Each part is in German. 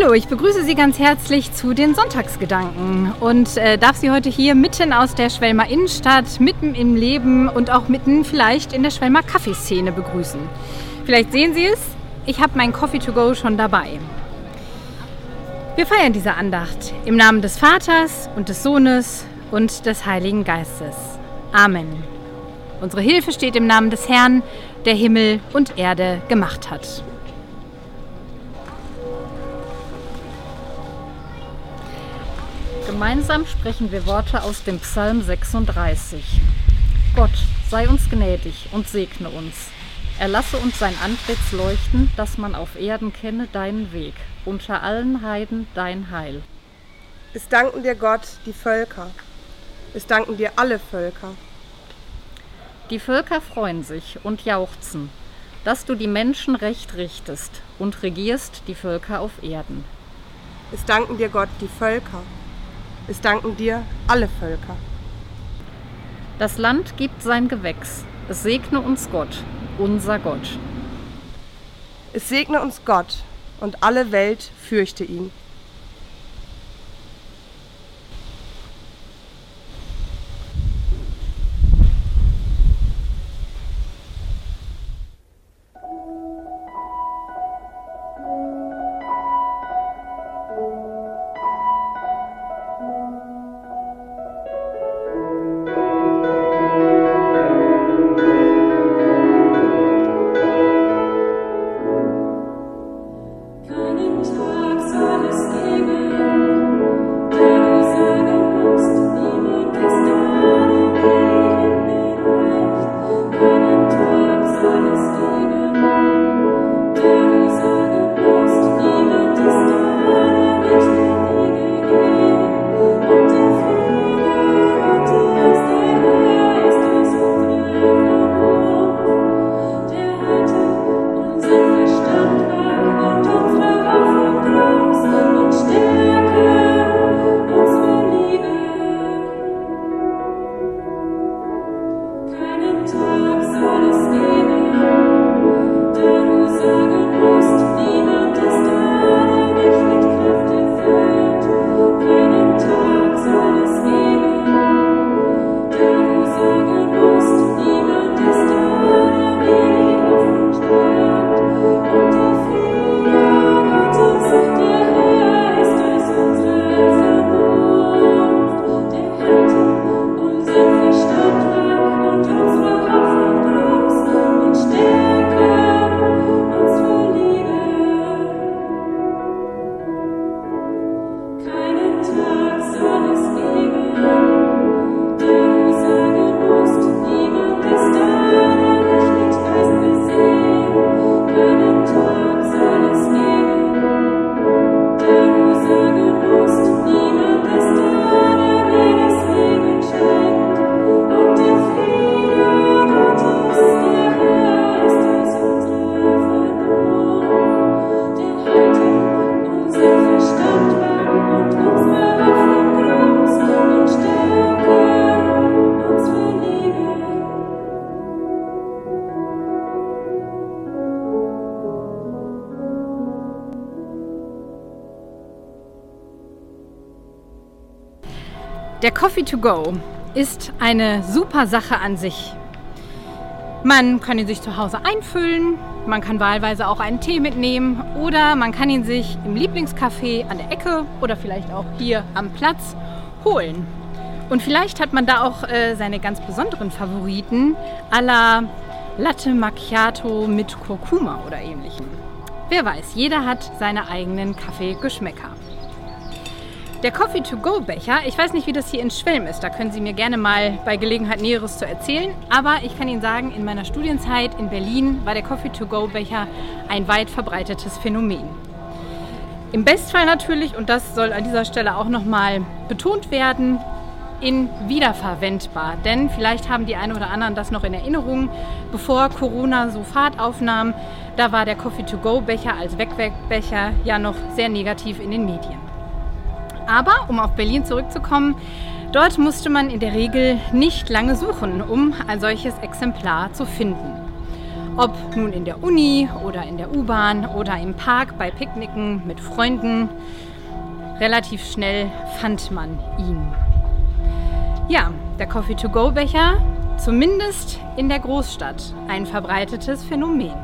Hallo, ich begrüße Sie ganz herzlich zu den Sonntagsgedanken und darf Sie heute hier mitten aus der Schwelmer Innenstadt, mitten im Leben und auch mitten vielleicht in der Schwelmer Kaffeeszene begrüßen. Vielleicht sehen Sie es, ich habe mein Coffee to go schon dabei. Wir feiern diese Andacht im Namen des Vaters und des Sohnes und des Heiligen Geistes. Amen. Unsere Hilfe steht im Namen des Herrn, der Himmel und Erde gemacht hat. Gemeinsam sprechen wir Worte aus dem Psalm 36. Gott, sei uns gnädig und segne uns. Erlasse uns sein Antlitz leuchten, dass man auf Erden kenne deinen Weg, unter allen Heiden dein Heil. Es danken dir Gott, die Völker. Es danken dir alle Völker. Die Völker freuen sich und jauchzen, dass du die Menschen recht richtest und regierst die Völker auf Erden. Es danken dir Gott, die Völker. Es danken dir alle Völker. Das Land gibt sein Gewächs. Es segne uns Gott, unser Gott. Es segne uns Gott und alle Welt fürchte ihn. Der Coffee to go ist eine super Sache an sich. Man kann ihn sich zu Hause einfüllen, man kann wahlweise auch einen Tee mitnehmen oder man kann ihn sich im Lieblingscafé an der Ecke oder vielleicht auch hier am Platz holen. Und vielleicht hat man da auch seine ganz besonderen Favoriten à la Latte Macchiato mit Kurkuma oder ähnlichem. Wer weiß, jeder hat seine eigenen Kaffeegeschmäcker. Der Coffee-to-go-Becher, ich weiß nicht, wie das hier in Schwelm ist, da können Sie mir gerne mal bei Gelegenheit Näheres zu erzählen, aber ich kann Ihnen sagen, in meiner Studienzeit in Berlin war der Coffee-to-go-Becher ein weit verbreitetes Phänomen. Im Bestfall natürlich, und das soll an dieser Stelle auch nochmal betont werden, in wiederverwendbar, denn vielleicht haben die einen oder anderen das noch in Erinnerung, bevor Corona so Fahrt aufnahm, da war der Coffee-to-go-Becher als Wegwerfbecher ja noch sehr negativ in den Medien. Aber, um auf Berlin zurückzukommen, dort musste man in der Regel nicht lange suchen, um ein solches Exemplar zu finden. Ob nun in der Uni oder in der U-Bahn oder im Park bei Picknicken mit Freunden. Relativ schnell fand man ihn. Ja, der Coffee-to-go-Becher, zumindest in der Großstadt, ein verbreitetes Phänomen.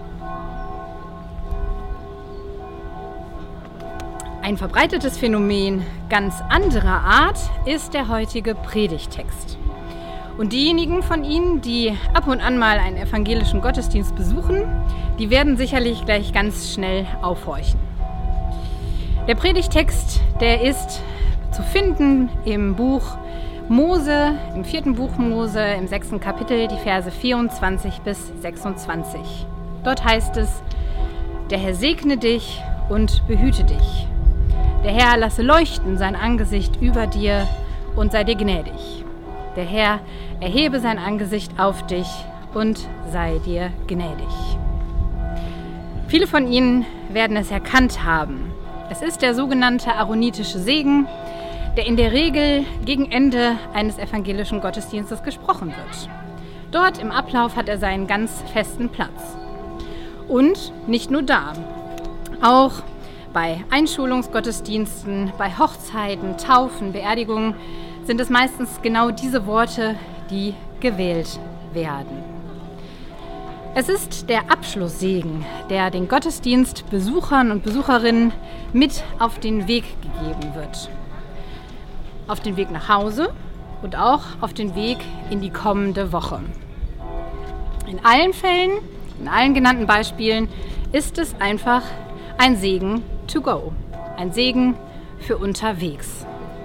Ein verbreitetes Phänomen ganz anderer Art ist der heutige Predigttext. Und diejenigen von Ihnen, die ab und an mal einen evangelischen Gottesdienst besuchen, die werden sicherlich gleich ganz schnell aufhorchen. Der Predigttext, der ist zu finden im Buch Mose, im 4. Buch Mose, im 6. Kapitel, die Verse 24 bis 26. Dort heißt es: Der Herr segne dich und behüte dich. Der Herr lasse leuchten sein Angesicht über dir und sei dir gnädig. Der Herr erhebe sein Angesicht auf dich und sei dir gnädig. Viele von Ihnen werden es erkannt haben. Es ist der sogenannte aaronitische Segen, der in der Regel gegen Ende eines evangelischen Gottesdienstes gesprochen wird. Dort im Ablauf hat er seinen ganz festen Platz. Und nicht nur da, auch bei Einschulungsgottesdiensten, bei Hochzeiten, Taufen, Beerdigungen sind es meistens genau diese Worte, die gewählt werden. Es ist der Abschlusssegen, der den Gottesdienstbesuchern und Besucherinnen mit auf den Weg gegeben wird. Auf den Weg nach Hause und auch auf den Weg in die kommende Woche. In allen Fällen, in allen genannten Beispielen, ist es einfach ein Segen to go, ein Segen für unterwegs.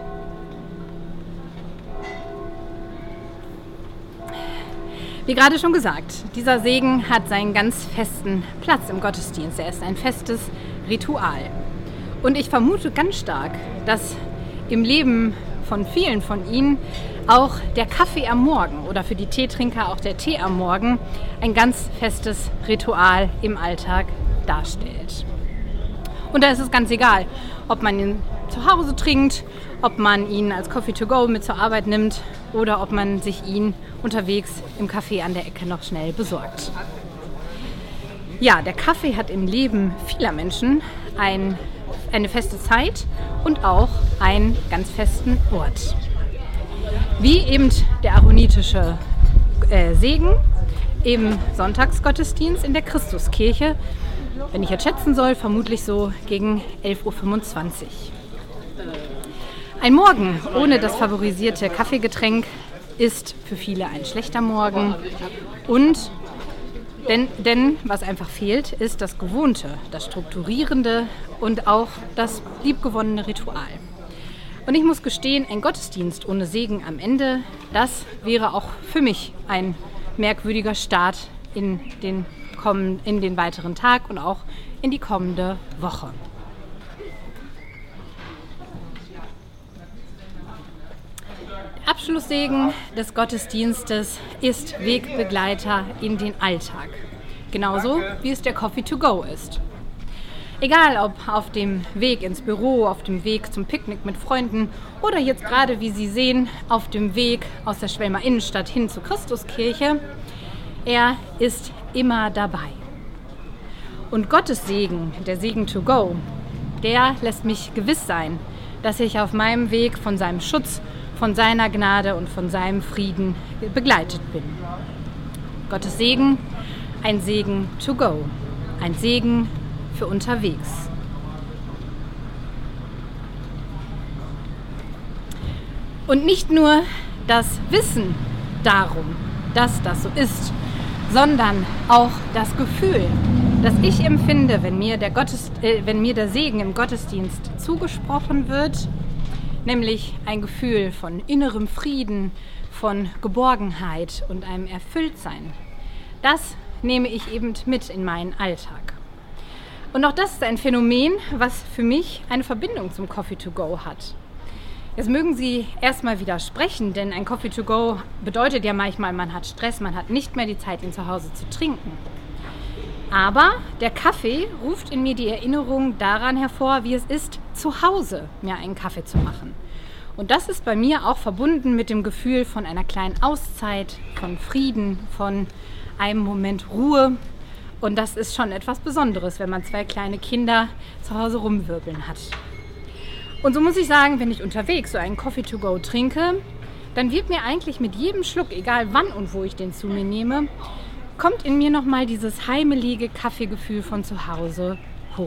Wie gerade schon gesagt, dieser Segen hat seinen ganz festen Platz im Gottesdienst. Er ist ein festes Ritual. Und ich vermute ganz stark, dass im Leben von vielen von Ihnen auch der Kaffee am Morgen oder für die Teetrinker auch der Tee am Morgen ein ganz festes Ritual im Alltag darstellt. Und da ist es ganz egal, ob man ihn zu Hause trinkt, ob man ihn als Coffee to go mit zur Arbeit nimmt oder ob man sich ihn unterwegs im Café an der Ecke noch schnell besorgt. Ja, der Kaffee hat im Leben vieler Menschen eine feste Zeit und auch einen ganz festen Ort. Wie eben der aaronitische Segen im Sonntagsgottesdienst in der Christuskirche, wenn ich jetzt schätzen soll, vermutlich so gegen 11.25 Uhr. Ein Morgen ohne das favorisierte Kaffeegetränk ist für viele ein schlechter Morgen. Denn was einfach fehlt, ist das Gewohnte, das Strukturierende und auch das liebgewonnene Ritual. Und ich muss gestehen, ein Gottesdienst ohne Segen am Ende, das wäre auch für mich ein merkwürdiger Start in den weiteren Tag und auch in die kommende Woche. Der Abschlusssegen des Gottesdienstes ist Wegbegleiter in den Alltag. Genauso wie es der Coffee to go ist. Egal ob auf dem Weg ins Büro, auf dem Weg zum Picknick mit Freunden oder jetzt gerade, wie Sie sehen, auf dem Weg aus der Schwelmer Innenstadt hin zur Christuskirche, er ist immer dabei. Und Gottes Segen, der Segen to go, der lässt mich gewiss sein, dass ich auf meinem Weg von seinem Schutz, von seiner Gnade und von seinem Frieden begleitet bin. Gottes Segen, ein Segen to go, ein Segen für unterwegs. Und nicht nur das Wissen darum, dass das so ist, sondern auch das Gefühl, das ich empfinde, wenn mir der Segen im Gottesdienst zugesprochen wird, nämlich ein Gefühl von innerem Frieden, von Geborgenheit und einem Erfülltsein. Das nehme ich eben mit in meinen Alltag. Und auch das ist ein Phänomen, was für mich eine Verbindung zum Coffee to go hat. Jetzt mögen Sie erstmal widersprechen, denn ein Coffee to go bedeutet ja manchmal, man hat Stress, man hat nicht mehr die Zeit, ihn zu Hause zu trinken. Aber der Kaffee ruft in mir die Erinnerung daran hervor, wie es ist, zu Hause mir einen Kaffee zu machen. Und das ist bei mir auch verbunden mit dem Gefühl von einer kleinen Auszeit, von Frieden, von einem Moment Ruhe. Und das ist schon etwas Besonderes, wenn man 2 kleine Kinder zu Hause rumwirbeln hat. Und so muss ich sagen, wenn ich unterwegs so einen Coffee to go trinke, dann wird mir eigentlich mit jedem Schluck, egal wann und wo ich den zu mir nehme, kommt in mir nochmal dieses heimelige Kaffeegefühl von zu Hause hoch.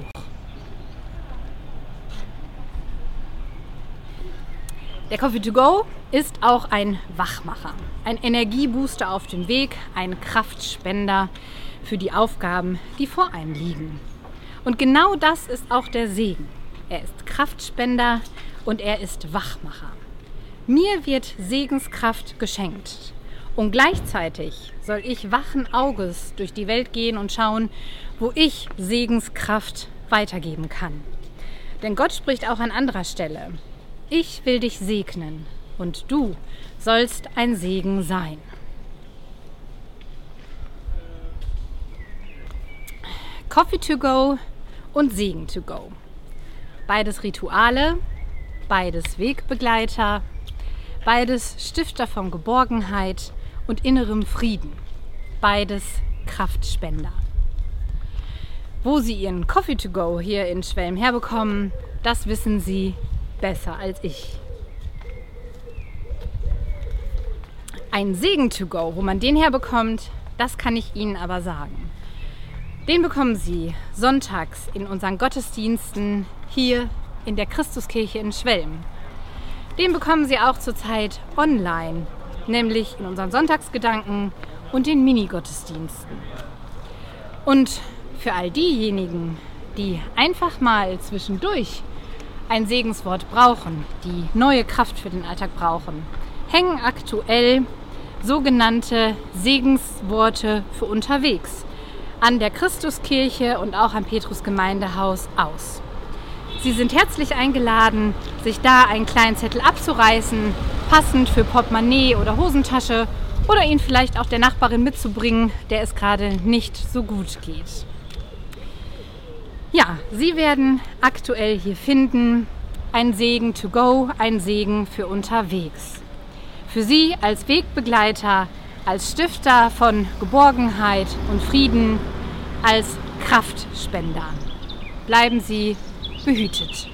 Der Coffee to go ist auch ein Wachmacher, ein Energiebooster auf dem Weg, ein Kraftspender für die Aufgaben, die vor einem liegen. Und genau das ist auch der Segen. Er ist Kraftspender und er ist Wachmacher. Mir wird Segenskraft geschenkt und gleichzeitig soll ich wachen Auges durch die Welt gehen und schauen, wo ich Segenskraft weitergeben kann. Denn Gott spricht auch an anderer Stelle. Ich will dich segnen und du sollst ein Segen sein. Coffee to go und Segen to go. Beides Rituale, beides Wegbegleiter, beides Stifter von Geborgenheit und innerem Frieden. Beides Kraftspender. Wo Sie Ihren Coffee to go hier in Schwelm herbekommen, das wissen Sie besser als ich. Ein Segen to go, wo man den herbekommt, das kann ich Ihnen aber sagen. Den bekommen Sie sonntags in unseren Gottesdiensten hier in der Christuskirche in Schwelm. Den bekommen Sie auch zurzeit online, nämlich in unseren Sonntagsgedanken und den Mini-Gottesdiensten. Und für all diejenigen, die einfach mal zwischendurch ein Segenswort brauchen, die neue Kraft für den Alltag brauchen, hängen aktuell sogenannte Segensworte für unterwegs an der Christuskirche und auch am Petrus-Gemeindehaus aus. Sie sind herzlich eingeladen, sich da einen kleinen Zettel abzureißen, passend für Portemonnaie oder Hosentasche oder ihn vielleicht auch der Nachbarin mitzubringen, der es gerade nicht so gut geht. Ja, Sie werden aktuell hier finden ein Segen to go, ein Segen für unterwegs. Für Sie als Wegbegleiter, als Stifter von Geborgenheit und Frieden, als Kraftspender. Bleiben Sie behütet.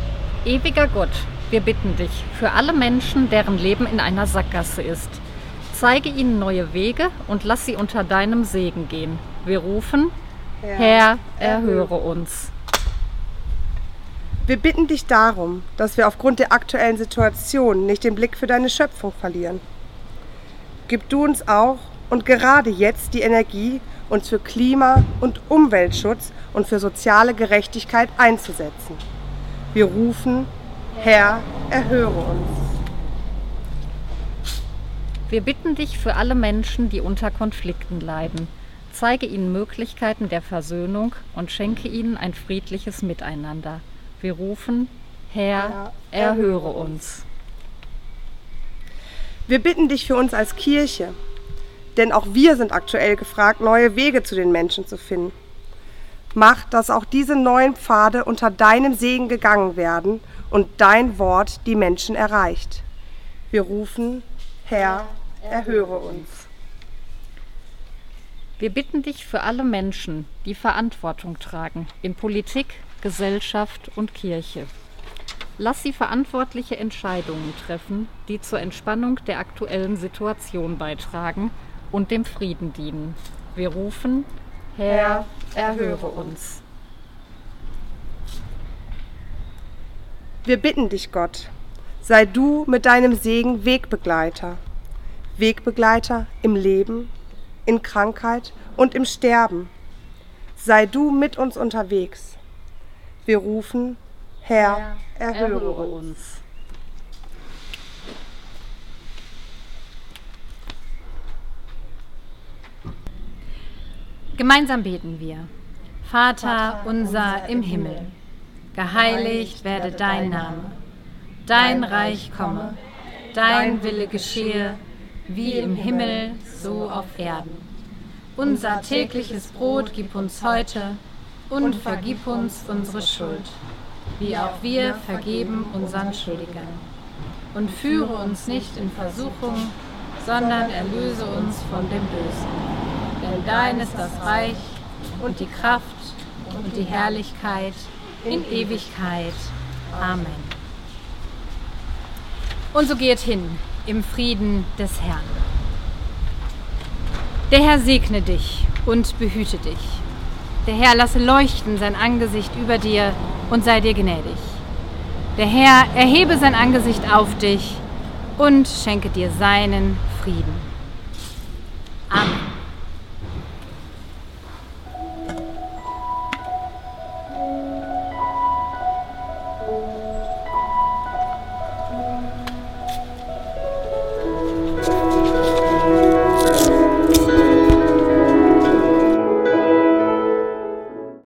Ewiger Gott, wir bitten dich für alle Menschen, deren Leben in einer Sackgasse ist. Zeige ihnen neue Wege und lass sie unter deinem Segen gehen. Wir rufen, Herr, erhöre uns. Wir bitten dich darum, dass wir aufgrund der aktuellen Situation nicht den Blick für deine Schöpfung verlieren. Gib du uns auch und gerade jetzt die Energie, uns für Klima- und Umweltschutz und für soziale Gerechtigkeit einzusetzen. Wir rufen, Herr, erhöre uns. Wir bitten dich für alle Menschen, die unter Konflikten leiden. Zeige ihnen Möglichkeiten der Versöhnung und schenke ihnen ein friedliches Miteinander. Wir rufen, Herr, erhöre uns. Wir bitten dich für uns als Kirche, denn auch wir sind aktuell gefragt, neue Wege zu den Menschen zu finden. Mach, dass auch diese neuen Pfade unter deinem Segen gegangen werden und dein Wort die Menschen erreicht. Wir rufen, Herr, erhöre uns. Wir bitten dich für alle Menschen, die Verantwortung tragen in Politik, Gesellschaft und Kirche. Lass sie verantwortliche Entscheidungen treffen, die zur Entspannung der aktuellen Situation beitragen und dem Frieden dienen. Wir rufen, Herr, erhöre uns. Wir bitten dich, Gott, sei du mit deinem Segen Wegbegleiter. Wegbegleiter im Leben, in Krankheit und im Sterben. Sei du mit uns unterwegs. Wir rufen, Herr, erhöre uns. Gemeinsam beten wir. Vater unser im Himmel, geheiligt werde dein Name. Dein Reich komme, dein Wille geschehe, wie im Himmel, so auf Erden. Unser tägliches Brot gib uns heute und vergib uns unsere Schuld, wie auch wir vergeben unseren Schuldigern. Und führe uns nicht in Versuchung, sondern erlöse uns von dem Bösen. Denn dein ist das Reich und die Kraft und die Herrlichkeit in Ewigkeit. Amen. Und so geht hin im Frieden des Herrn. Der Herr segne dich und behüte dich. Der Herr lasse leuchten sein Angesicht über dir und sei dir gnädig. Der Herr erhebe sein Angesicht auf dich und schenke dir seinen Frieden.